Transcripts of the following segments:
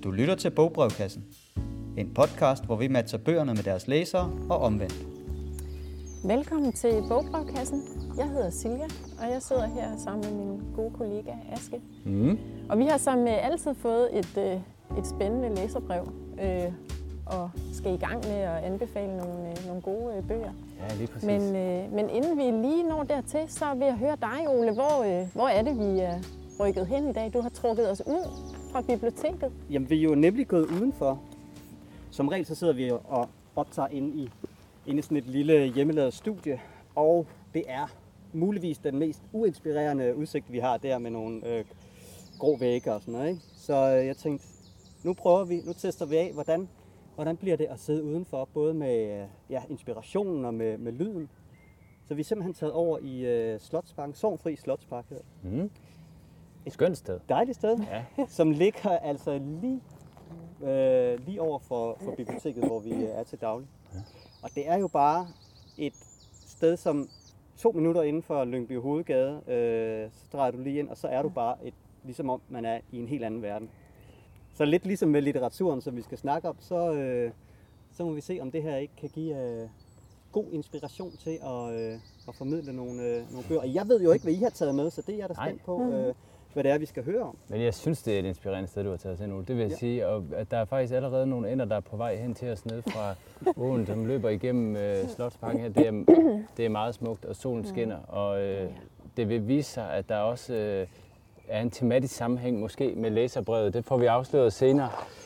Du lytter til Bogbrevkassen, en podcast, hvor vi matcher bøgerne med deres læsere og omvendt. Velkommen til Bogbrevkassen. Jeg hedder Silja, og jeg sidder her sammen med min gode kollega Aske. Og vi har som altid fået et spændende læserbrev, og skal i gang med at anbefale nogle gode bøger. Ja, lige præcis. Men inden vi lige når dertil, så vil jeg høre dig, Ole. Hvor er det, vi er rykket hen i dag? Du har trukket os ud fra biblioteket. Jamen, vi er jo nemlig gået udenfor. Som regel så sidder vi og optager inde i sådan et lille hjemmelavet studie. Og det er muligvis den mest uinspirerende udsigt, vi har der med nogle grå vægge og sådan noget. Ikke? Så jeg tænkte, nu tester vi af, hvordan bliver det at sidde udenfor, både med inspirationen og med lyden. Så vi er simpelthen taget over i Slotsparken, Sorgenfri Slotspark. Et skønt sted. Dejligt sted, Ja. som ligger altså lige over for biblioteket, hvor vi er til daglig. Ja. Og det er jo bare et sted, som 2 minutter inden for Lyngby Hovedgade, så drejer du lige ind, og så er du bare ligesom om man er i en helt anden verden. Så lidt ligesom med litteraturen, som vi skal snakke om, så må vi se, om det her ikke kan give god inspiration til at formidle nogle bøger. Og jeg ved jo ikke, hvad I har taget med, så det er jeg da spændt på, hvad det er, vi skal høre om. Men jeg synes, det er et inspirerende sted, du har taget os ind, Ole. Det vil jeg sige. Og at der er faktisk allerede nogle ender, der er på vej hen til os nede fra åen, som løber igennem Slotsparken her. Det er meget smukt, og solen skinner. Og det vil vise sig, at der også er en tematisk sammenhæng måske med læserbrevet. Det får vi afsløret senere.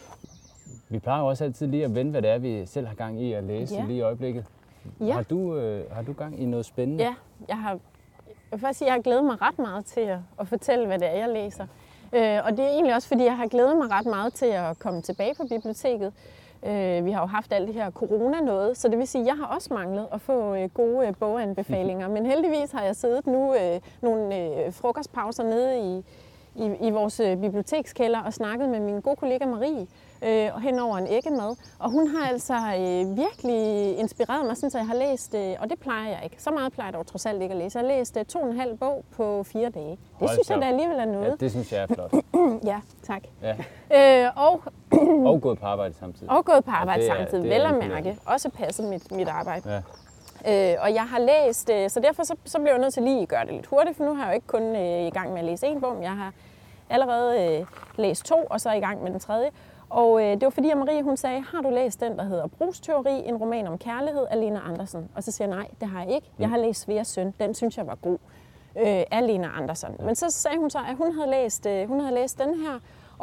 Vi plejer jo også altid lige at vende, hvad det er, vi selv har gang i at læse lige i øjeblikket. Ja. Har du gang i noget spændende? Ja, jeg vil faktisk sige, at jeg har glædet mig ret meget til at fortælle, hvad det er, jeg læser. Og det er egentlig også, fordi jeg har glædet mig ret meget til at komme tilbage på biblioteket. Vi har jo haft alt det her corona-noget, så det vil sige, at jeg har også manglet at få gode boganbefalinger. Men heldigvis har jeg siddet nu nogle frokostpauser nede i vores bibliotekskælder og snakket med min gode kollega Marie hen over en æggemad. Og hun har altså virkelig inspireret mig, så jeg har læst, og det plejer jeg ikke. Så meget plejer jeg dog trods alt ikke at læse. Jeg har læst 2,5 bog på 4 dage. Det synes jeg da alligevel er noget. Ja, det synes jeg er flot. Ja, tak. Ja. Og gået på arbejde samtidig. Og gået på arbejde samtidig, vel at mærke. Også passet mit arbejde. Ja. Og jeg har læst, så derfor så bliver jeg nødt til lige at gøre det lidt hurtigt, for nu har jeg jo ikke kun i gang med at læse en bog, men jeg har allerede læst 2, og så er jeg i gang med den 3. Og det var fordi, at Marie hun sagde, har du læst den, der hedder Brugsteori, en roman om kærlighed af Lena Andersen? Og så siger jeg, nej, det har jeg ikke. Jeg har læst Sveas søn, den synes jeg var god, af Lena Andersen. Men så sagde hun så, at hun havde læst den her,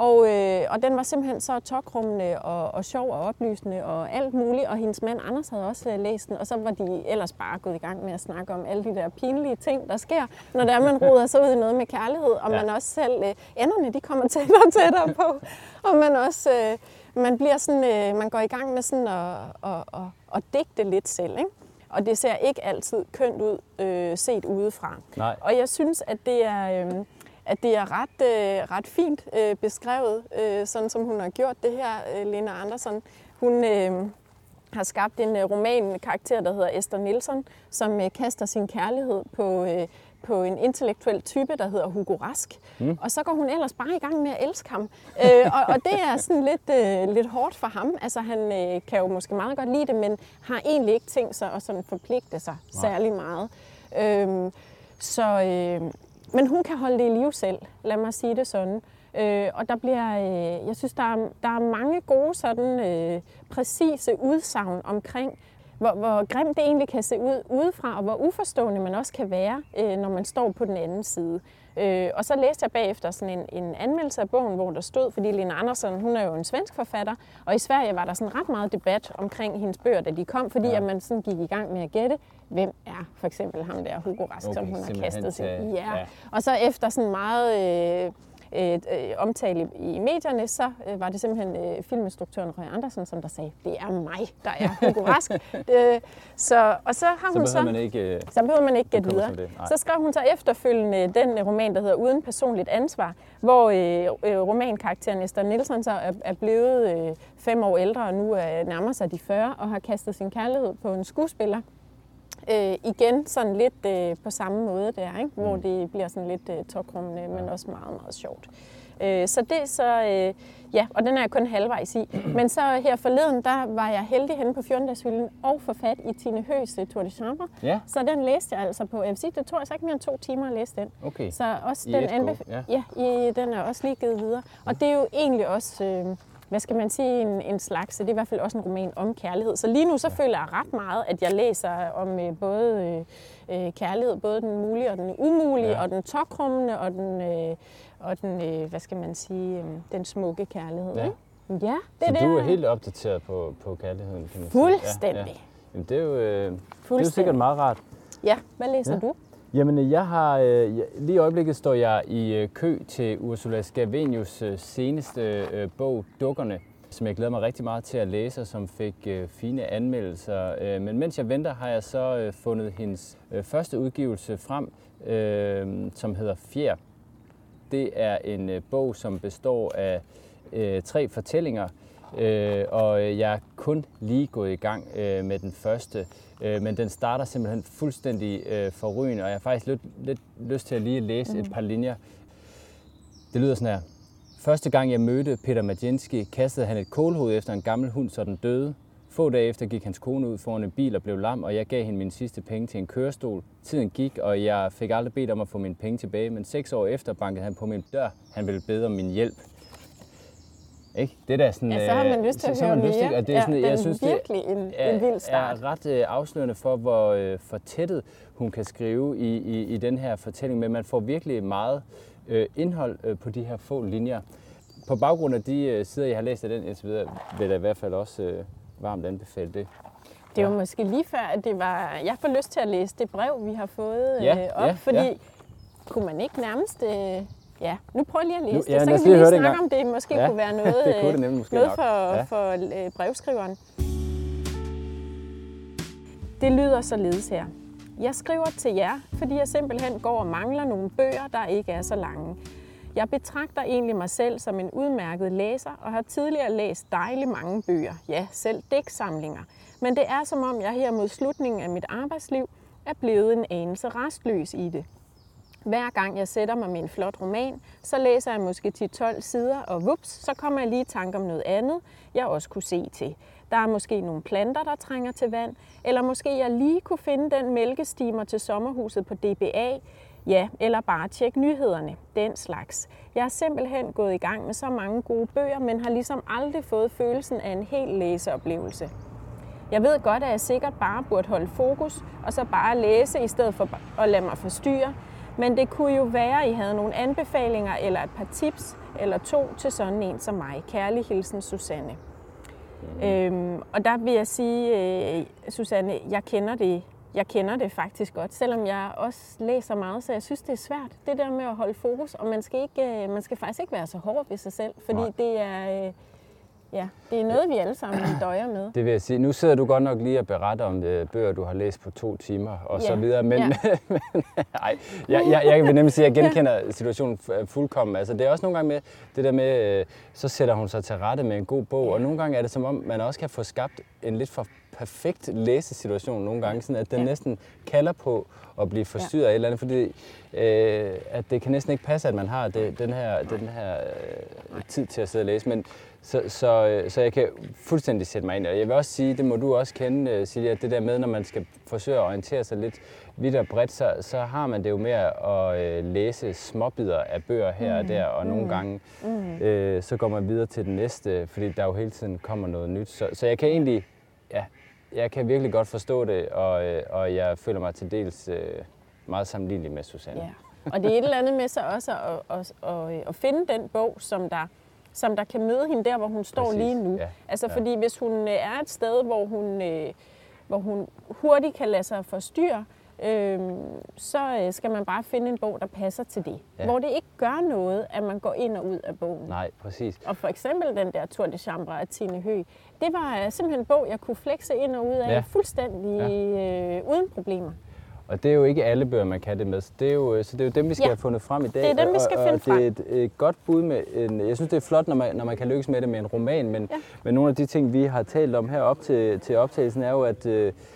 og den var simpelthen så tokrummende og sjov og oplysende og alt muligt, og hendes mand Anders havde også læst den, og så var de ellers bare gået i gang med at snakke om alle de der pinlige ting, der sker, når der man roder sig ud i noget med kærlighed, og man også selv, enderne de kommer tættere og tættere på, og man også, man bliver sådan, man går i gang med sådan at digte lidt selv, ikke? Og det ser ikke altid kønt ud set udefra. Nej. Og jeg synes, at det er ret fint beskrevet, sådan som hun har gjort det her, Lena Andersen. Hun har skabt en romankarakter, der hedder Esther Nielsen, som kaster sin kærlighed på en intellektuel type, der hedder Hugo Rask. Og så går hun ellers bare i gang med at elske ham. Og det er sådan lidt hårdt for ham. Altså han kan jo måske meget godt lide det, men har egentlig ikke tænkt sig at sådan forpligte sig særlig meget. Men hun kan holde det i live selv, lad mig sige det sådan. Og der bliver, jeg synes, der er mange gode sådan præcise udsagn omkring, hvor grimt det egentlig kan se ud udefra, og hvor uforstående man også kan være, når man står på den anden side. Og så læste jeg bagefter sådan en anmeldelse af bogen, hvor der stod, fordi Lena Andersen, hun er jo en svensk forfatter, og i Sverige var der sådan ret meget debat omkring hendes bøger, da de kom, fordi at man sådan gik i gang med at gætte, hvem er for eksempel ham der Hugo Rask, som hun har kastet sig. Ja. Og så efter sådan meget omtale i medierne, så var det simpelthen filminstruktøren Røe Andersen, som der sagde, det er mig, der er Hugo Rask. Så behøver man ikke gætte videre. Så skrev hun så efterfølgende den roman, der hedder Uden personligt ansvar, hvor romankarakteren Esther Nielsen så er blevet 5 år ældre og nu nærmer sig de 40 og har kastet sin kærlighed på en skuespiller. Igen sådan lidt på samme måde der, ikke? Hvor det bliver sådan lidt tåkrummende, men også meget, meget sjovt. Så det så, ja, og den er jeg kun halvvejs i. Men så her forleden, der var jeg heldig henne på 14-dagshylden og få fat i Tine Høghs Tour de Chambre. Ja. Så den læste jeg altså på, jeg vil sige, det tog altså ikke mere end 2 timer at læse den. Okay. Så også I den er også lige givet videre. Og det er jo egentlig også, hvad skal man sige, en slags, det er i hvert fald også en roman om kærlighed. Så lige nu så føler jeg ret meget, at jeg læser om både kærlighed, både den mulige og den umulige, og den tåkrummende og den, hvad skal man sige, den smukke kærlighed. Ja. Ikke? Ja, det så er du det. er helt opdateret på kærligheden, kan man sige. Fuldstændig. Ja. Jamen, det er jo sikkert meget rart. Ja, hvad læser du? Jamen, jeg har lige i øjeblikket står jeg i kø til Ursula Scavenius seneste bog, Dukkerne, som jeg glæder mig rigtig meget til at læse, og som fik fine anmeldelser. Men mens jeg venter, har jeg så fundet hendes første udgivelse frem, som hedder Fjer. Det er en bog, som består af 3 fortællinger, og jeg er kun lige gået i gang med den første, men den starter simpelthen fuldstændig forrygende, og jeg har faktisk lidt lyst til at lige læse et par linjer. Det lyder sådan her. Første gang jeg mødte Peter Madjenski, kastede han et kålhoved efter en gammel hund, så den døde. Få dage efter gik hans kone ud foran en bil og blev lam, og jeg gav hende mine sidste penge til en kørestol. Tiden gik, og jeg fik aldrig bedt om at få mine penge tilbage, men 6 år efter bankede han på min dør. Han ville bede om min hjælp. Ikke? Det der sådan, ja, så har man lyst til at høre mere. Det er sådan, ja, jeg synes, virkelig en vild start. Er ret afslørende for, hvor fortættet hun kan skrive i den her fortælling, men man får virkelig meget indhold på de her få linjer. På baggrund af de sider, jeg har læst af den indtil videre, vil jeg i hvert fald også varmt anbefale det. Det var måske lige før, at jeg får lyst til at læse det brev, vi har fået op, fordi kunne man ikke nærmest... nu prøver jeg lige at læse det, så kan vi lige snakke om det. Måske kunne være noget, det kunne det nemlig måske noget for brevskriveren. Det lyder således her. Jeg skriver til jer, fordi jeg simpelthen går og mangler nogle bøger, der ikke er så lange. Jeg betragter egentlig mig selv som en udmærket læser, og har tidligere læst dejligt mange bøger, ja, selv digtsamlinger. Men det er som om, jeg her mod slutningen af mit arbejdsliv er blevet en anelse rastløs i det. Hver gang jeg sætter mig med en flot roman, så læser jeg måske 10-12 sider, og vups, så kommer jeg lige i tanke om noget andet, jeg også kunne se til. Der er måske nogle planter, der trænger til vand, eller måske jeg lige kunne finde den mælkestimer til sommerhuset på DBA, ja, eller bare tjekke nyhederne, den slags. Jeg er simpelthen gået i gang med så mange gode bøger, men har ligesom aldrig fået følelsen af en hel læseoplevelse. Jeg ved godt, at jeg sikkert bare burde holde fokus, og så bare læse i stedet for at lade mig forstyrre, men det kunne jo være, at I havde nogle anbefalinger eller et par tips eller 2 til sådan en som mig. Kærlig hilsen, Susanne. Og der vil jeg sige, Susanne, jeg kender det faktisk godt, selvom jeg også læser meget, så jeg synes, det er svært. Det der med at holde fokus, og man skal faktisk ikke være så hård ved sig selv, fordi det er noget, vi alle sammen døjer med. Det vil jeg sige. Nu sidder du godt nok lige og beretter om bøger, du har læst på 2 timer og så videre, men jeg vil nemlig sige, at jeg genkender situationen fuldkommen. Altså, det er også nogle gange med det der med, så sætter hun sig til rette med en god bog, og nogle gange er det som om, man også kan få skabt en lidt for perfekt læsesituation nogle gange, sådan at den næsten kalder på at blive forstyrret af et eller andet, fordi at det kan næsten ikke passe, at man har den her tid til at sidde og læse, men så jeg kan fuldstændig sætte mig ind. Og jeg vil også sige, det må du også kende, Silja, at det der med, når man skal forsøge at orientere sig lidt vidt og bredt, så har man det jo med at læse småbidder af bøger her og der, og nogle gange så går man videre til den næste, fordi der jo hele tiden kommer noget nyt. Så jeg kan egentlig, jeg kan virkelig godt forstå det, og jeg føler mig til dels meget sammenlignelig med Susanne. Ja. Og det er et eller andet med så også at finde den bog, som der kan møde hende der, hvor hun står lige nu. Ja. Altså fordi hvis hun er et sted, hvor hun hurtigt kan lade sig forstyrre, så skal man bare finde en bog, der passer til det. Ja. Hvor det ikke gør noget, at man går ind og ud af bogen. Nej, præcis. Og for eksempel den der Tour de Chambre af Tine Høgh, det var simpelthen en bog, jeg kunne flexe ind og ud af fuldstændig uden problemer. Og det er jo ikke alle bøger, man kan det med. Så det er jo dem, vi skal have fundet frem i dag. Det er dem, vi skal finde frem. Det er et godt bud med jeg synes, det er flot, når man kan lykkes med det med en roman, men nogle af de ting, vi har talt om her op til optagelsen, er jo,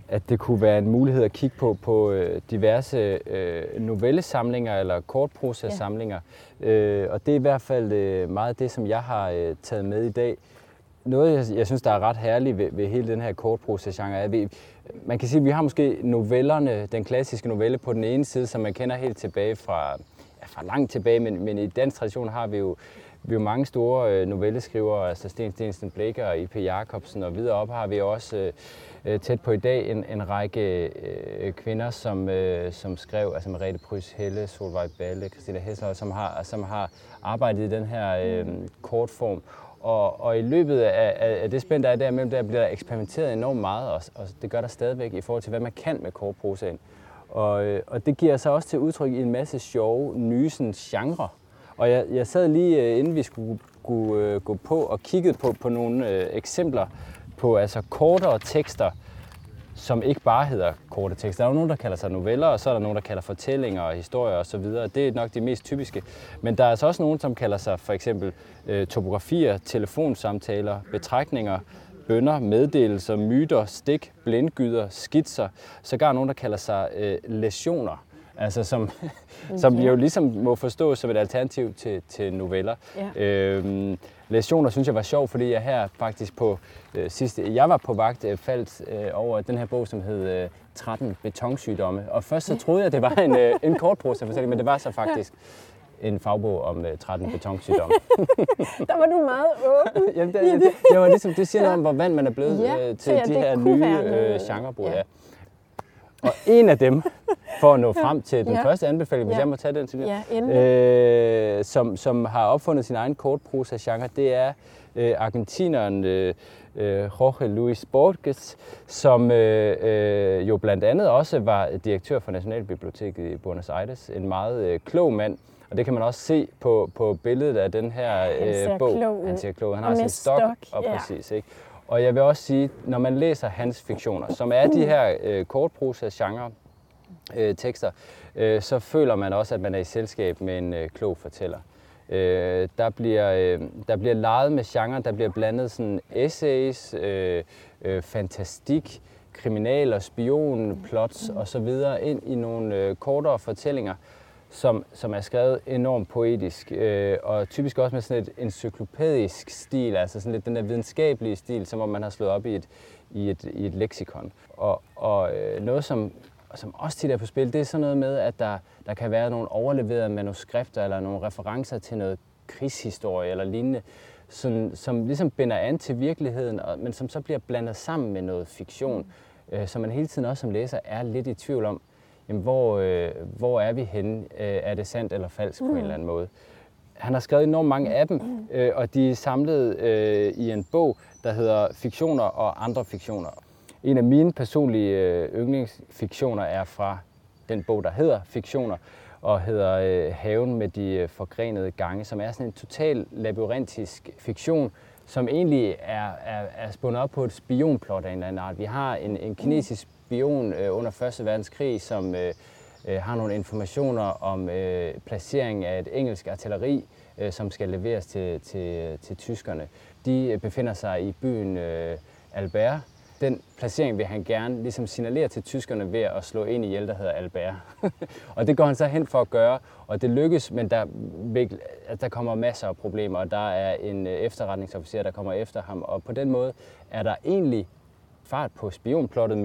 at det kunne være en mulighed at kigge på diverse novellesamlinger eller kortprosasamlinger. Og det er i hvert fald meget det, som jeg har taget med i dag. Noget, jeg synes, der er ret herligt ved hele den her kortprosa-genre, er, at man kan sige, at vi har måske novellerne, den klassiske novelle på den ene side, som man kender helt tilbage fra langt tilbage, men i dansk tradition har vi jo mange store novelleskrivere, altså Sten Steensen Blicher og I.P. Jacobsen, og videre op har vi også tæt på i dag en række kvinder, som skrev, altså Merete Pryds Helle, Solveig Balle, Christina Hessler, som har arbejdet i den her kortform. Og i løbet af det spænd, der er derimellem, der bliver der eksperimenteret enormt meget, og det gør der stadigvæk i forhold til, hvad man kan med kortprosaen. Og det giver sig også til udtryk i en masse sjove, nye genre. Og jeg sad lige, inden vi skulle gå på og kiggede på nogle eksempler på altså kortere tekster, som ikke bare hedder korte tekster. Der er jo nogen, der kalder sig noveller, og så er der nogen, der kalder fortællinger og historier osv. Det er nok de mest typiske. Men der er altså også nogen, som kalder sig for eksempel topografier, telefonsamtaler, betragtninger, bønner, meddelelser, myter, stik, blindgyder, skitser. Sågar nogen, der kalder sig lektioner. Altså som jo ligesom må forstås som et alternativ til noveller. Ja. Lektioner synes jeg var sjov, fordi jeg her faktisk jeg var på vagt, faldt over den her bog, som hed 13 betonsygdomme. Og først så troede jeg, det var en kortprosafortælling, men det var så faktisk en fagbog om 13 betonsygdomme. Der var du meget åben. Jamen, det var ligesom, det siger noget om, hvor vant man er blevet til de her nye genrebrug. Ja. Og en af dem, for at nå frem til den første anbefaling, hvis jeg må tage den til som har opfundet sin egen kortprosa-genre, det er argentineren Jorge Luis Borges, som jo blandt andet også var direktør for Nationalbiblioteket i Buenos Aires. En meget klog mand, og det kan man også se på billedet af den her bog. Han ser klog ud. Han har sin stok. Og præcis, ikke? Og jeg vil også sige, når man læser hans fiktioner, som er de her kortprosa-genre tekster, så føler man også, at man er i selskab med en klog fortæller. Der bliver leget med genre, der bliver blandet sådan essays, fantastik, kriminal- og spionplots osv. ind i nogle kortere fortællinger, som er skrevet enormt poetisk, og typisk også med sådan et encyklopædisk stil, altså sådan lidt den der videnskabelige stil, som om man har slået op i et leksikon. Og noget, som også tit er på spil, det er sådan noget med, at der kan være nogle overleverede manuskripter eller nogle referencer til noget krigshistorie eller lignende, som ligesom binder an til virkeligheden, men som så bliver blandet sammen med noget fiktion, så man hele tiden også som læser er lidt i tvivl om, jamen, hvor er vi henne? Er det sandt eller falsk på en eller anden måde? Han har skrevet enormt mange af dem, og de er samlet i en bog, der hedder Fiktioner og andre fiktioner. En af mine personlige yndlingsfiktioner er fra den bog, der hedder Fiktioner, og hedder Haven med de forgrenede gange, som er sådan en total labyrintisk fiktion, som egentlig er spundet op på et spionplot af en eller anden art. Vi har en kinesisk spion under 1. verdenskrig, som har nogle informationer om placering af et engelsk artilleri, som skal leveres til tyskerne. De befinder sig i byen Albert. Den placering vil han gerne ligesom signalere til tyskerne ved at slå en ihjel, der hedder Albert. Og det går han så hen for at gøre, og det lykkes, men der kommer masser af problemer, og der er en efterretningsofficer, der kommer efter ham, og på den måde er der egentlig fart på spionplottet,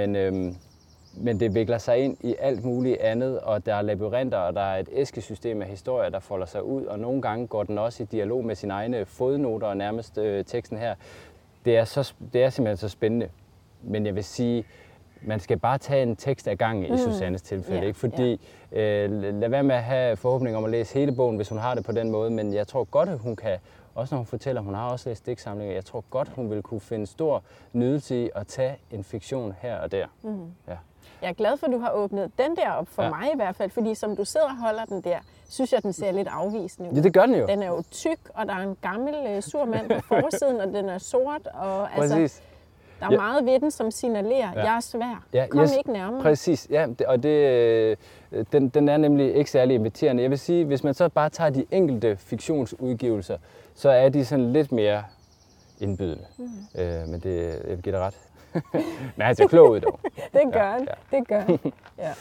men det vikler sig ind i alt muligt andet, og der er labyrinter, og der er et æskesystem af historier, der folder sig ud, og nogle gange går den også i dialog med sine egne fodnoter, og nærmest teksten her. Det er simpelthen så spændende. Men jeg vil sige, man skal bare tage en tekst ad gangen i Susannes tilfælde, ikke? Fordi lad være med at have forhåbning om at læse hele bogen, hvis hun har det på den måde, men jeg tror godt, at hun kan, også når hun fortæller, hun har også læst digtsamlinger, jeg tror godt, hun vil kunne finde stor nydelse i at tage en fiktion her og der. Ja. Jeg er glad for, at du har åbnet den der op, for mig i hvert fald, fordi som du sidder og holder den der, synes jeg, den ser lidt afvisende ud. Ja, det gør den jo. Den er jo tyk, og der er en gammel sur mand på forsiden, og den er sort, og altså, der er meget ved den, som signalerer, jeg er svær. Kom ikke nærmere. Præcis, ja, og den er nemlig ikke særlig inviterende. Jeg vil sige, hvis man så bare tager de enkelte fiktionsudgivelser, så er de sådan lidt mere indbydende. Men jeg vil give dig ret. Men han ser klog ud dog. Det gør han. Det gør han. Ja.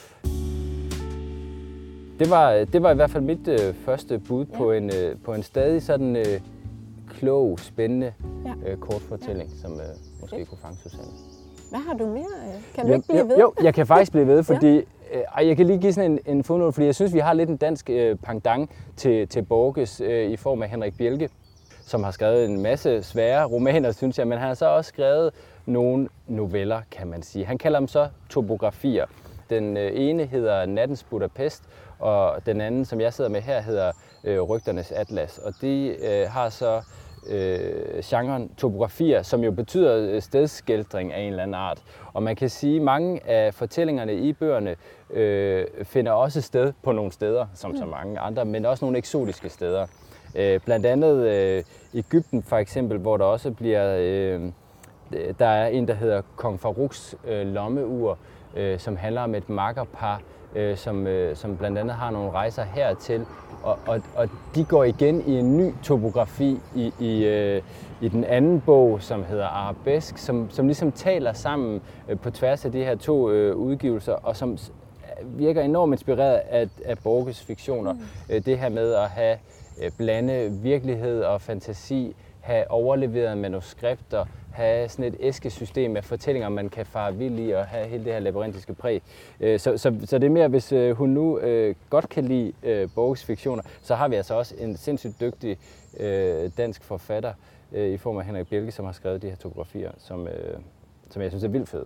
Det var i hvert fald mit første bud på en stadig sådan klog, spændende kortfortælling, som måske kunne fange Susanne. Hvad har du mere? Kan du ikke blive ved? Jo, jeg kan faktisk blive ved, fordi jeg kan lige give sådan en fodnote, fordi jeg synes, vi har lidt en dansk pendant til Borges i form af Henrik Bjelke, som har skrevet en masse svære romaner, synes jeg, men han har så også skrevet nogle noveller, kan man sige. Han kalder dem så topografier. Den ene hedder Nattens Budapest, og den anden, som jeg sidder med her, hedder Rygternes Atlas. Og de har så genren topografier, som jo betyder stedsskildring af en eller anden art. Og man kan sige, at mange af fortællingerne i bøgerne finder også sted på nogle steder, som så mange andre, men også nogle eksotiske steder. Blandt andet Egypten for eksempel, hvor der også bliver, der er en, der hedder Kong Farouks lommeur, som handler om et makkerpar, som blandt andet har nogle rejser hertil, og de går igen i en ny topografi i den anden bog, som hedder Arabesk, som ligesom taler sammen på tværs af de her to udgivelser, og som virker enormt inspireret af Borges fiktioner. Det her med at have blande virkelighed og fantasi, have overleveret manuskripter, have sådan et æskesystem af fortællinger, man kan fare vild i, og have hele det her labyrintiske præg. Så det er mere, hvis hun nu godt kan lide Borges fiktioner, så har vi altså også en sindssygt dygtig dansk forfatter i form af Henrik Bjelke, som har skrevet de her topografier, som jeg synes er vildt fede.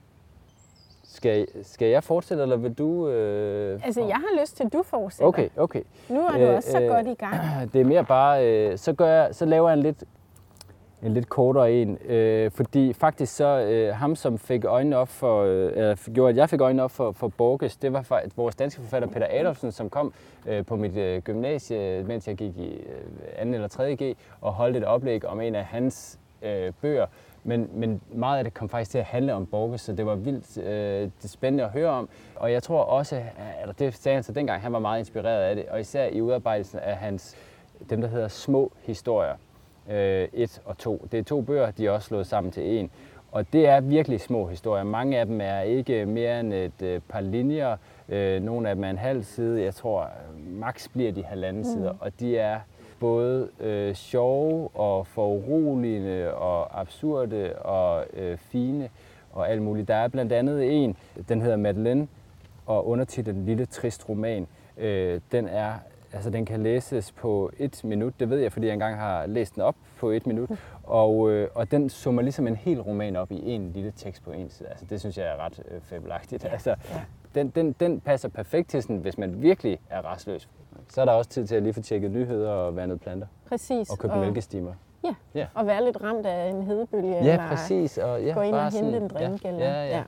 Skal jeg fortsætte, eller vil du... Altså, jeg har lyst til, at du fortsætter. Okay. Nu er du også så godt i gang. Det er mere bare... Så laver jeg en lidt kortere en. Fordi faktisk så ham, som fik øjnene op gjorde, at jeg fik øjnene op for Borges, det var vores danske forfatter Peter Adolfsen, som kom på mit gymnasie, mens jeg gik i 2. eller 3. G, og holdt et oplæg om en af hans bøger. Men meget af det kom faktisk til at handle om Borges, så det var vildt spændende at høre om. Og jeg tror også, eller det sagde han så dengang, han var meget inspireret af det, og især i udarbejdelsen af dem der hedder Små Historier 1 og 2. Det er 2 bøger, de er også slået sammen til en. Og det er virkelig små historier. Mange af dem er ikke mere end et par linjer. Nogle af dem er en halv side. Jeg tror, max bliver de 1,5 sider. Og de er både sjove og foruroligende og absurde og fine og alt muligt. Der er blandt andet en, den hedder Madeleine, og undertitlen Lille Trist Roman. Den kan læses på 1 minut, det ved jeg, fordi jeg engang har læst den op på 1 minut. Og den summer ligesom en hel roman op i en lille tekst på en side. Altså, det synes jeg er ret fabelagtigt. Altså, den passer perfekt til, sådan, hvis man virkelig er rastløs. Så er der også tid til at lige få tjekket nyheder og vandet planter. Præcis. Og købe mælkestimer. Ja, og være lidt ramt af en hedebølge. Ja, præcis. Og gå ind og hente en drink. Ja.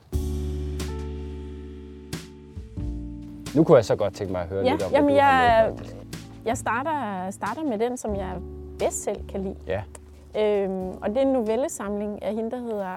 Nu kunne jeg så godt tænke mig at høre lidt om, hvad du har med. Jeg starter med den, som jeg bedst selv kan lide. Ja. Og det er en novellesamling af hende, der hedder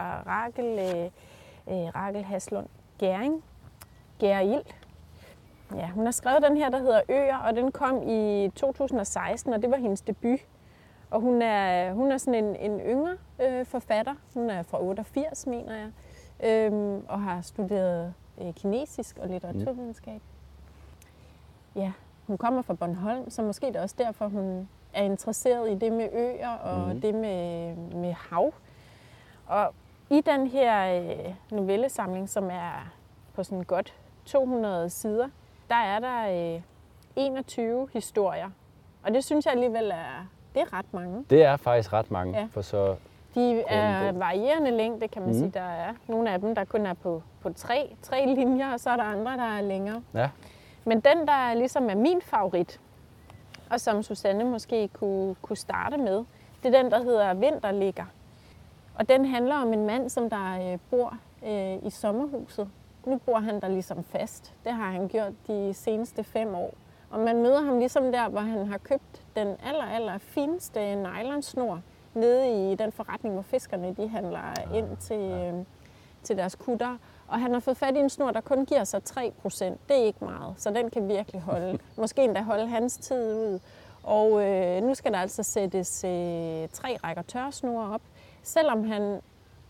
Rakel Haslund Gærild. Ja, hun har skrevet den her, der hedder Øer, og den kom i 2016, og det var hendes debut. Og hun er sådan en yngre forfatter. Hun er fra 88, mener jeg, og har studeret kinesisk og litteraturvidenskab. Ja, hun kommer fra Bornholm, så måske det er også derfor, hun er interesseret i det med øer og det med hav. Og i den her novellesamling, som er på sådan godt 200 sider, der er der 21 historier. Og det synes jeg alligevel det er ret mange. Det er faktisk ret mange. Ja. For så de er varierende længde, kan man sige. Der er nogle af dem, der kun er på 3 linjer, og så er der andre, der er længere. Ja. Men den, der ligesom er min favorit, og som Susanne måske kunne starte med, det er den, der hedder Vinterligger. Og den handler om en mand, som der bor i sommerhuset. Nu bor han der ligesom fast. Det har han gjort de seneste 5 år. Og man møder ham ligesom der, hvor han har købt den aller fineste nylonsnor nede i den forretning, hvor fiskerne de handler ind til deres kutter. Og han har fået fat i en snor, der kun giver sig 3%. Det er ikke meget, så den kan virkelig holde. Måske endda holde hans tid ud. Og nu skal der altså sættes 3 rækker tørresnore op. Selvom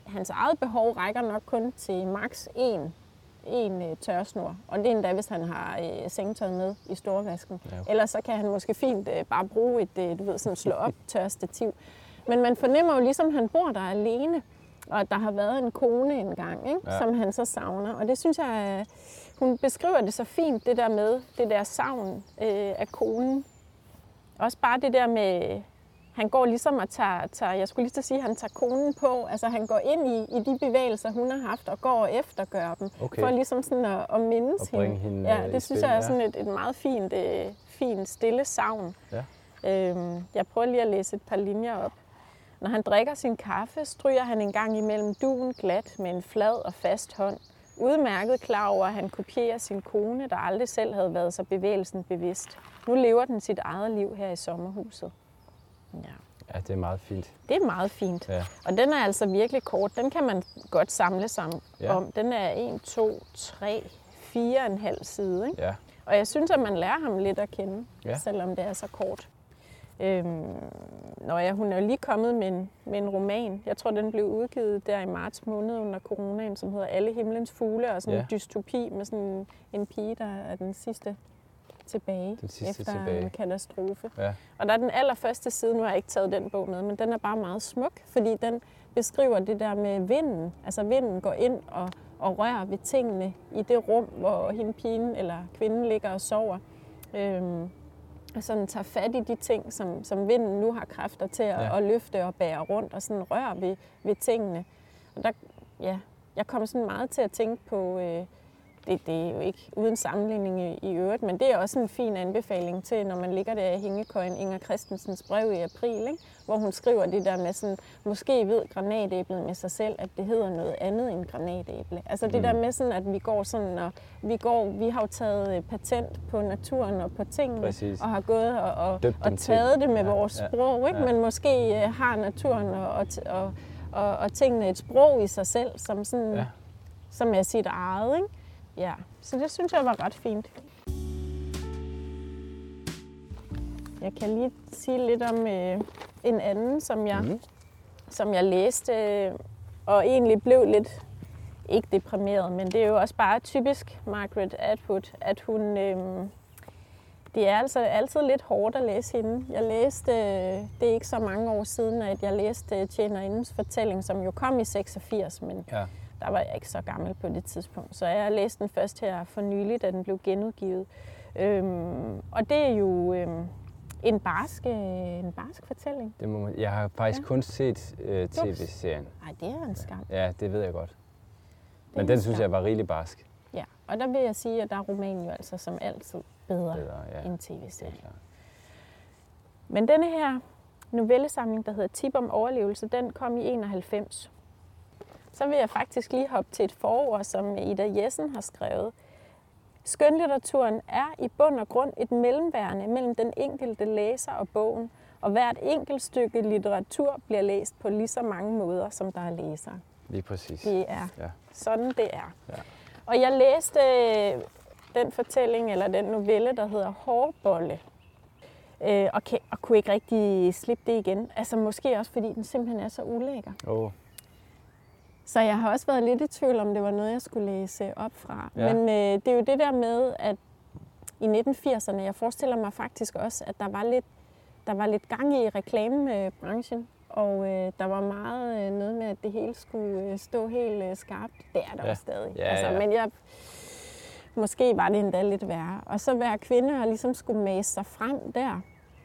hans eget behov rækker nok kun til maks en tørresnor. Og det er endda, hvis han har sengetøj med i storvasken. Ja. Ellers så kan han måske fint bare bruge et sådan slå op tørrestativ. Men man fornemmer jo ligesom, at han bor der alene. Og at der har været en kone engang, ikke? Som han så savner. Og det synes jeg, hun beskriver det så fint, det der med det der savn af konen. Også bare det der med, han går ligesom og tager jeg skulle lige til at sige, at han tager konen på. Altså han går ind i de bevægelser, hun har haft, og går og eftergør dem. Okay. For ligesom sådan at mindes hende. Ja, det synes jeg er sådan et meget fint stille savn. Ja. Jeg prøver lige at læse et par linjer op. Når han drikker sin kaffe, stryger han en gang imellem duen glat med en flad og fast hånd. Udmærket klar over, at han kopierer sin kone, der aldrig selv havde været så bevægelsen bevidst. Nu lever den sit eget liv her i sommerhuset. Ja, det er meget fint. Det er meget fint. Ja. Og den er altså virkelig kort. Den kan man godt samle sammen om. Den er 1, 2, 3, 4,5 side. Ikke? Ja. Og jeg synes, at man lærer ham lidt at kende, selvom det er så kort. Hun er jo lige kommet med en roman. Jeg tror, den blev udgivet der i marts måned under coronaen, som hedder Alle himlens fugle, og sådan en dystopi med sådan en pige, der er den sidste tilbage efter en katastrofe. Ja. Og der er den allerførste side, nu har jeg ikke taget den bog med, men den er bare meget smuk, fordi den beskriver det der med vinden. Altså vinden går ind og rører ved tingene i det rum, hvor hende pigen eller kvinden ligger og sover. Og sådan tager fat i de ting, som vinden nu har kræfter til at løfte og bære rundt, og sådan røre ved tingene. Og der, jeg kom sådan meget til at tænke på, det er jo ikke uden sammenligning i øvrigt, men det er også en fin anbefaling til, når man ligger der i hængekøjen, Inger Christensens brev i april, ikke? Hvor hun skriver det der med sådan, måske ved granatæblet med sig selv, at det hedder noget andet end granatæble. Altså det der med sådan, at vi går sådan, og vi har jo taget patent på naturen og på tingene, og har gået og taget det med vores sprog, ikke? Men måske har naturen og tingene et sprog i sig selv, som sådan, som er sit eget, ikke? Ja, så det synes jeg var ret fint. Jeg kan lige sige lidt om en anden, som jeg læste, og egentlig blev lidt, ikke deprimeret, men det er jo også bare typisk Margaret Atwood, at hun, det er altså altid lidt hårdt at læse hende. Jeg læste, det er ikke så mange år siden, at jeg læste Tjenerindens fortælling, som jo kom i 86, men der var jeg ikke så gammel på det tidspunkt. Så jeg læste den først her for nylig, da den blev genudgivet. Og det er jo en barsk fortælling. Det må man, jeg har faktisk kun set tv-serien. Nej, det er en skam. Ja, det ved jeg godt. Men den synes jeg var rigtig barsk. Ja, og der vil jeg sige, at der er romanen jo altså som altid bedre end tv-serien. Men denne her novellesamling, der hedder Tip om overlevelse, den kom i 91. Så vil jeg faktisk lige hoppe til et forord, som Ida Jessen har skrevet. Skønlitteraturen er i bund og grund et mellemværende mellem den enkelte læser og bogen, og hvert enkelt stykke litteratur bliver læst på lige så mange måder, som der er læsere. Lige præcis. Det er sådan, det er. Ja. Og jeg læste den fortælling, eller den novelle, der hedder Hårbolle, og kunne ikke rigtig slippe det igen. Altså måske også, fordi den simpelthen er så ulækker. Så jeg har også været lidt i tvivl, om det var noget, jeg skulle læse op fra. Ja. Men det er jo det der med, at i 1980'erne, jeg forestiller mig faktisk også, at der var lidt gang i reklamebranchen. Og der var meget noget med, at det hele skulle stå helt skarpt. Det er der jo stadig. Men måske var det endda lidt værre. Og så være kvinde og ligesom skulle mase sig frem der.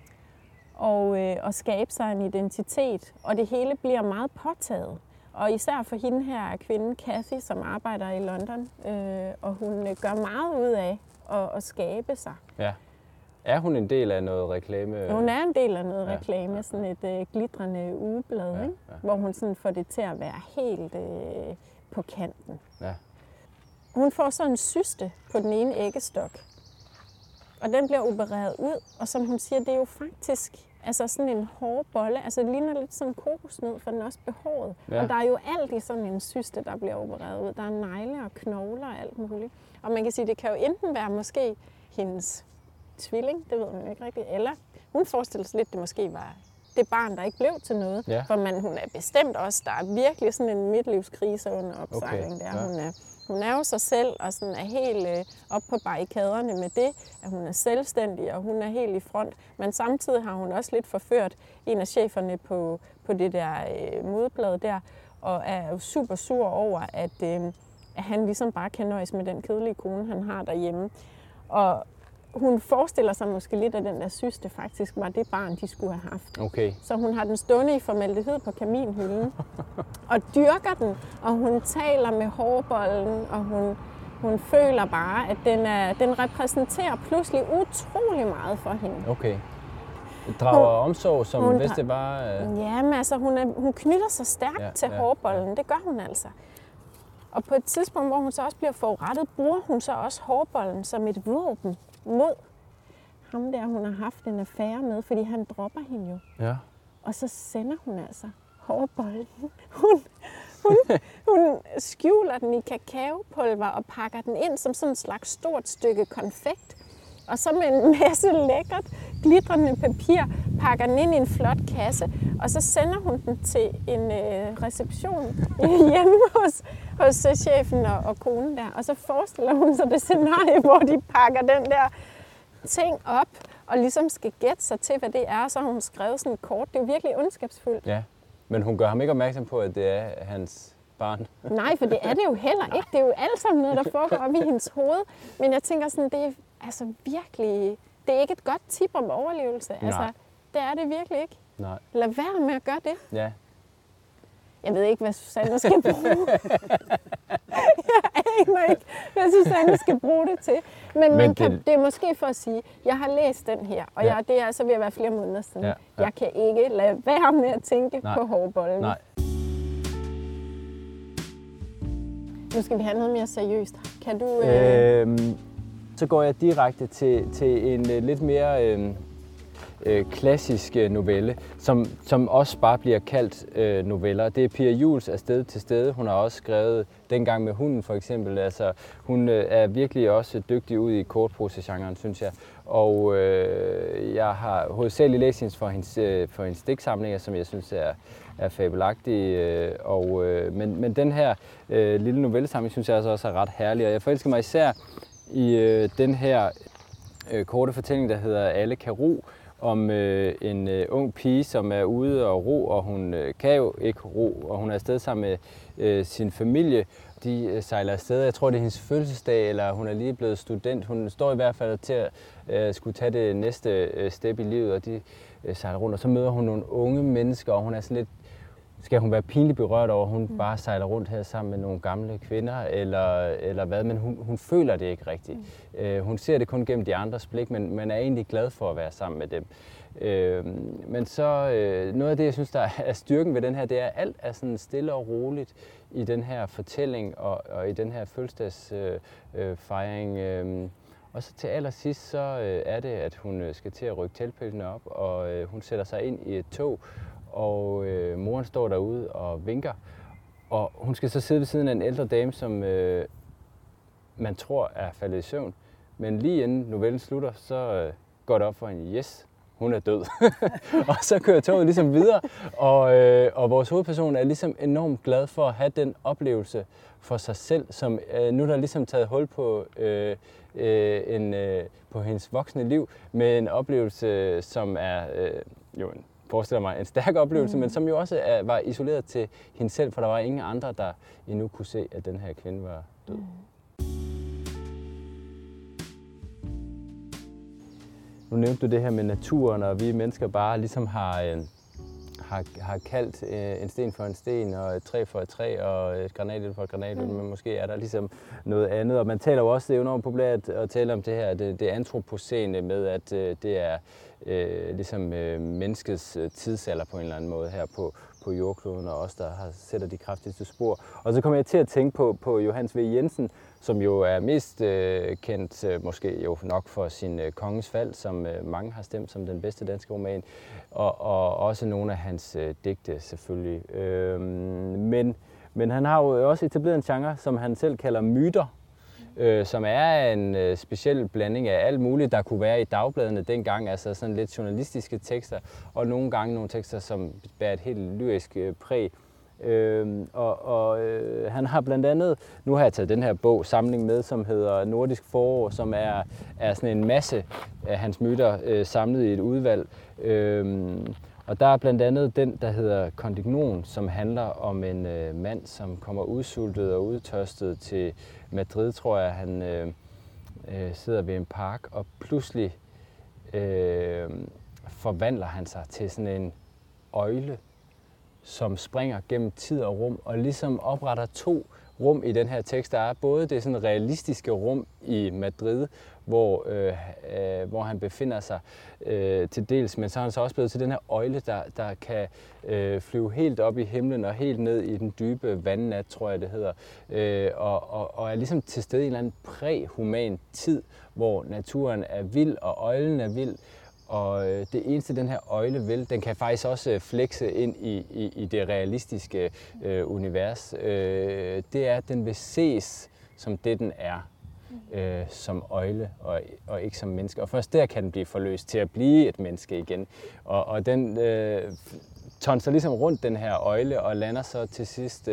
Og skabe sig en identitet. Og det hele bliver meget påtaget. Og især for hende her er kvinden Cathy, som arbejder i London, og hun gør meget ud af at skabe sig. Ja. Er hun en del af noget reklame? Hun er en del af noget reklame, sådan et glitrende ugeblad, ikke? Hvor hun sådan får det til at være helt på kanten. Ja. Hun får så en cyste på den ene æggestok, og den bliver opereret ud, og som hun siger, det er jo faktisk altså sådan en hård bolle. Altså det ligner lidt sådan en kokosnød, for den er også behåret. Ja. Og der er jo alt i sådan en cyste, der bliver opereret ud. Der er negle og knogler og alt muligt. Og man kan sige, det kan jo enten være måske hendes tvilling, det ved man jo ikke rigtigt, eller hun forestiller sig lidt, det måske var det barn, der ikke blev til noget. Ja. For hun er bestemt også, der er virkelig sådan en midtlivskrise under opsejling Okay, der. ja. Hun er jo sig selv og sådan er helt op på barrikaderne med det, at hun er selvstændig, og hun er helt i front. Men samtidig har hun også lidt forført en af cheferne på det der modeblad der, og er jo super sur over, at han ligesom bare kan nøjes med den kedelige kone, han har derhjemme. Og hun forestiller sig måske lidt, at den der syste faktisk var det barn, de skulle have haft. Okay. Så hun har den stående i formaldehyd på kaminhylden, og dyrker den, og hun taler med hårbollen, og hun føler bare, at den repræsenterer pludselig utrolig meget for hende. Okay. Drager omsorg, som hvis det bare... Jamen altså, hun knytter sig stærkt til hårbollen, det gør hun altså. Og på et tidspunkt, hvor hun så også bliver forurettet, bruger hun så også hårbollen som et våben mod ham der, hun har haft en affære med, fordi han dropper hende jo. Ja. Og så sender hun altså hårbollen. Hun skjuler den i kakaopulver og pakker den ind som sådan et slags stort stykke konfekt. Og så med en masse lækkert, glitrende papir, pakker den ind i en flot kasse. Og så sender hun den til en reception hjemme hos chefen og konen der. Og så forestiller hun sig det scenarie, hvor de pakker den der ting op og ligesom skal gætte sig til, hvad det er. Så har hun skrevet sådan et kort. Det er jo virkelig ondskabsfuldt. Ja, men hun gør ham ikke opmærksom på, at det er hans barn. Nej, for det er det jo heller ikke. Det er jo alt sammen noget, der foregår op i hendes hoved. Men jeg tænker sådan, det er altså virkelig... Det er ikke et godt tip om overlevelse. Nej. Altså, det er det virkelig ikke. Nej. Lad være med at gøre det. Ja. Jeg ved ikke, hvad Susanne skal bruge. Jeg aner ikke, hvad Susanne skal bruge det til. Men det er måske for at sige, jeg har læst den her, og det er altså ved at være flere måneder siden. Ja. Jeg kan ikke lade være med at tænke på hårbollen. Nej. Nu skal vi have noget mere seriøst. Kan du... Så går jeg direkte til en lidt mere klassisk novelle, som også bare bliver kaldt noveller. Det er Pia Juels Af sted til sted. Hun har også skrevet Dengang med hunden for eksempel. Altså, hun er virkelig også dygtig ud i kortprosagenren, synes jeg. Og jeg har hovedsageligt læst hendes for hendes digtsamlinger, som jeg synes er fabelagtige. Men den her lille novellesamling synes jeg også er ret herlig. Og jeg forelsker mig især i den her korte fortælling, der hedder Alle kan ro, om en ung pige, som er ude og ro, og hun kan jo ikke ro, og hun er afsted sammen med sin familie. De sejler afsted. Jeg tror, det er hendes fødselsdag, eller hun er lige blevet student. Hun står i hvert fald til at skulle tage det næste step i livet, og de sejler rundt. Og så møder hun nogle unge mennesker, og hun er sådan lidt... Skal hun være pinligt berørt over, at hun bare sejler rundt her sammen med nogle gamle kvinder, eller hvad? Men hun føler det ikke rigtigt. Hun ser det kun gennem de andres blik, men man er egentlig glad for at være sammen med dem. Men så noget af det, jeg synes, der er styrken ved den her, det er, at alt er sådan stille og roligt i den her fortælling og i den her fødselsdagsfejring. Og så til allersidst, så er det, at hun skal til at rykke teltpælene op, og hun sætter sig ind i et tog, og moren står derude og vinker, og hun skal så sidde ved siden af en ældre dame, som man tror er faldet i søvn. Men lige inden novellen slutter, så går det op for hende, yes, hun er død. Og så kører toget ligesom videre, og vores hovedperson er ligesom enormt glad for at have den oplevelse for sig selv, som nu er der ligesom taget hul på, på hendes voksne liv, med en oplevelse, som er jo forestiller mig en stærk oplevelse, men som jo også var isoleret til hende selv, for der var ingen andre, der endnu kunne se, at den her kvinde var død. Nu nævnte du det her med naturen, og vi mennesker bare ligesom har kaldt en sten for en sten, og et træ for et træ, og et granatel for et granatel, men måske er der ligesom noget andet. Og man taler jo også, det er enormt populært at tale om det her, det antropocene med, at det er ligesom menneskets tidsalder på en eller anden måde her på jordkloden, og også der sætter de kraftigste spor. Og så kommer jeg til at tænke på Johannes V. Jensen, som jo er mest kendt måske jo nok for sin Kongens Fald, som mange har stemt som den bedste danske roman, og også nogle af hans digte selvfølgelig. Men han har jo også etableret en genre, som han selv kalder myter. som er en speciel blanding af alt muligt, der kunne være i dagbladene dengang, altså sådan lidt journalistiske tekster, og nogle gange nogle tekster, som bærer et helt lyrisk præg. Han har blandt andet, nu har jeg taget den her samling med, som hedder Nordisk forår, som er sådan en masse af hans myter samlet i et udvalg. Og der er blandt andet den, der hedder Condignon, som handler om en mand, som kommer udsultet og udtørstet til Madrid, tror jeg. Han sidder ved en park, og pludselig forvandler han sig til sådan en øgle, som springer gennem tid og rum, og ligesom opretter 2 rum i den her tekst. Der er både det sådan realistiske rum i Madrid, hvor han befinder sig til dels, men så er han så også blevet til den her øgle, der kan flyve helt op i himlen og helt ned i den dybe vandnat, tror jeg det hedder, og er ligesom til stede i en eller anden præhuman tid, hvor naturen er vild og øjlen er vild. Og det eneste, den her øgle vil, den kan faktisk også flexe ind i det realistiske univers, det er, at den vil ses som det, den er, som øgle og ikke som menneske. Og først der kan den blive forløst til at blive et menneske igen. Og den tonser ligesom rundt, den her øgle, og lander så til sidst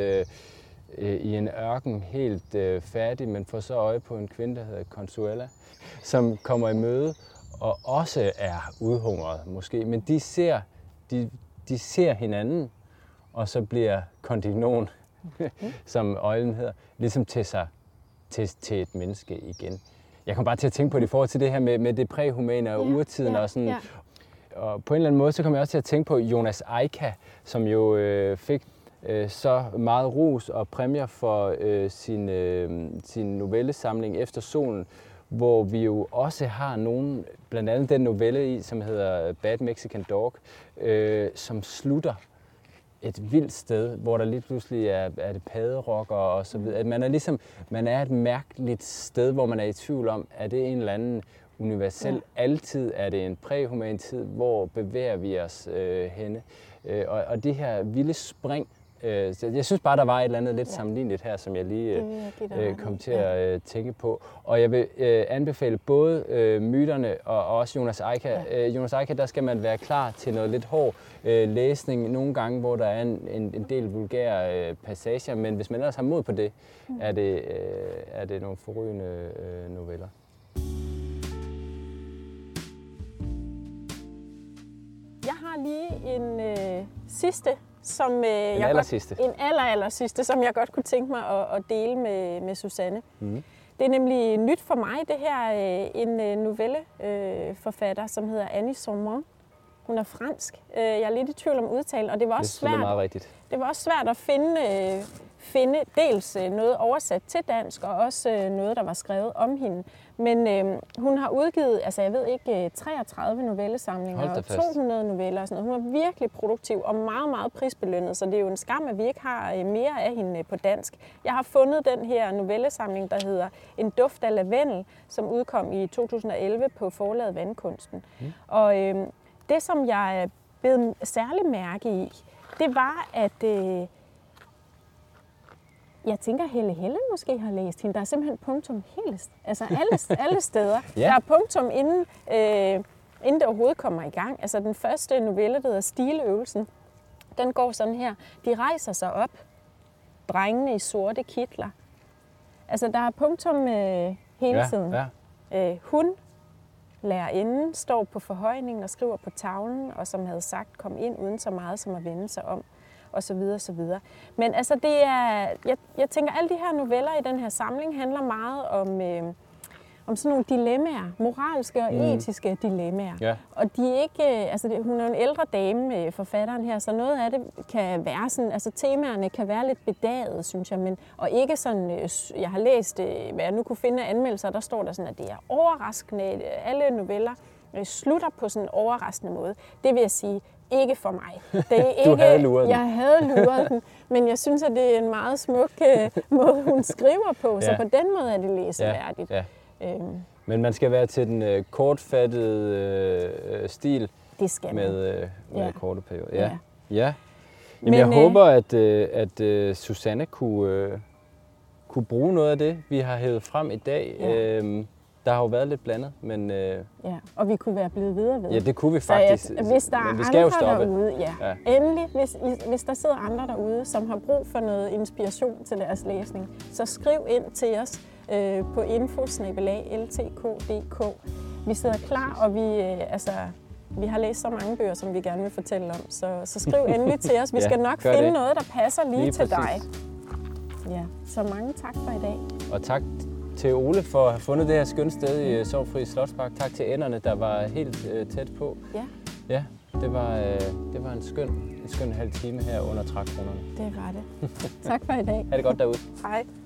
i en ørken helt færdig, men får så øje på en kvinde, der hedder Consuela, som kommer i møde, og også er udhungret måske, men de ser hinanden, og så bliver Condignon, som øjlen hedder, ligesom til et menneske igen. Jeg kom bare til at tænke på det i forhold til det her med det præhumane og urtiden og sådan. Og på en eller anden måde, så kom jeg også til at tænke på Jonas Eika, som jo fik så meget ros og præmier for sin novellesamling Efter solen, hvor vi jo også har nogen, blandt andet den novelle i, som hedder Bad Mexican Dog, som slutter et vildt sted, hvor der lige pludselig er det padderokker og så videre. At man er et mærkeligt sted, hvor man er i tvivl om, er det en eller anden universel altid, er det en præhuman tid, hvor bevæger vi os henne. Og det her vilde spring, jeg synes bare, der var et eller andet lidt sammenligneligt her, som jeg lige kom til at tænke på. Og jeg vil anbefale både myterne og også Jonas Eika. Jonas Eika, der skal man være klar til noget lidt hård læsning. Nogle gange, hvor der er en del vulgære passager, men hvis man ellers har mod på det, er det nogle forrygende noveller. Jeg har lige en sidste, som en aller sidste, som jeg godt kunne tænke mig at dele med Susanne. Mm. Det er nemlig nyt for mig, det her, en novelleforfatter, som hedder Annie Saumont. Hun er fransk. Jeg er lidt i tvivl om udtalen, og det var også svært. Meget rigtigt. Det var også svært at finde dels noget oversat til dansk, og også noget, der var skrevet om hende. Men hun har udgivet, altså jeg ved ikke, 33 novellesamlinger og 200 noveller og sådan noget. Hun er virkelig produktiv og meget, meget prisbelønnet, så det er jo en skam, at vi ikke har mere af hende på dansk. Jeg har fundet den her novellesamling, der hedder En duft af lavendel, som udkom i 2011 på forlaget Vandkunsten. Mm. Og det, som jeg bed særlig mærke i, det var, at jeg tænker, Helle måske har læst hende. Der er simpelthen punktum altså alle steder. Ja. Der er punktum, inden det overhovedet kommer i gang. Altså den første novelle, der hedder Stiløvelsen, den går sådan her. De rejser sig op, drengene i sorte kitler. Altså der er punktum hele tiden. Ja. Hun, lærerinden, står på forhøjningen og skriver på tavlen, og som havde sagt, kom ind uden så meget som at vende sig om. Og så videre, så videre. Men altså det er, jeg tænker, alle de her noveller i den her samling handler meget om sådan nogle dilemmaer, moralske og etiske dilemmaer. Ja. Og de er ikke, altså hun er en ældre dame, forfatteren her, så noget af det kan være sådan, altså temaerne kan være lidt bedaget, synes jeg, men og ikke sådan, jeg har læst, hvad jeg nu kunne finde af anmeldelser, der står der sådan, at det er overraskende, alle noveller slutter på sådan en overraskende måde. Det vil jeg sige, ikke for mig. Det er ikke, du havde luret den. Jeg havde luret den, men jeg synes, at det er en meget smuk måde, hun skriver på, så på den måde er det læseværdigt. Ja. Men man skal være til den kortfattede stil det skal med korte perioder. Ja. Jamen, jeg håber, at Susanne kunne kunne bruge noget af det, vi har hævet frem i dag. Ja. Der har jo været lidt blandet, men Ja, og vi kunne være blevet videre ved. ja, det kunne vi faktisk. Så hvis der men vi er skal jo andre stoppe. derude, endelig, hvis der sidder andre derude, som har brug for noget inspiration til deres læsning, så skriv ind til os på info@ltk.dk. Vi sidder klar, og vi har læst så mange bøger, som vi gerne vil fortælle om, så skriv endelig til os. Vi skal nok finde det. noget, der passer lige til præcis. dig. Ja, så mange tak for i dag. Og tak til Ole for at have fundet det her skønne sted i Sorgfri Slotspark. Tak til ænderne, der var helt tæt på. Ja. Ja, det var en skøn halv time her under trækronerne. Det var det. Tak for i dag. Ha' det godt derude. Hej.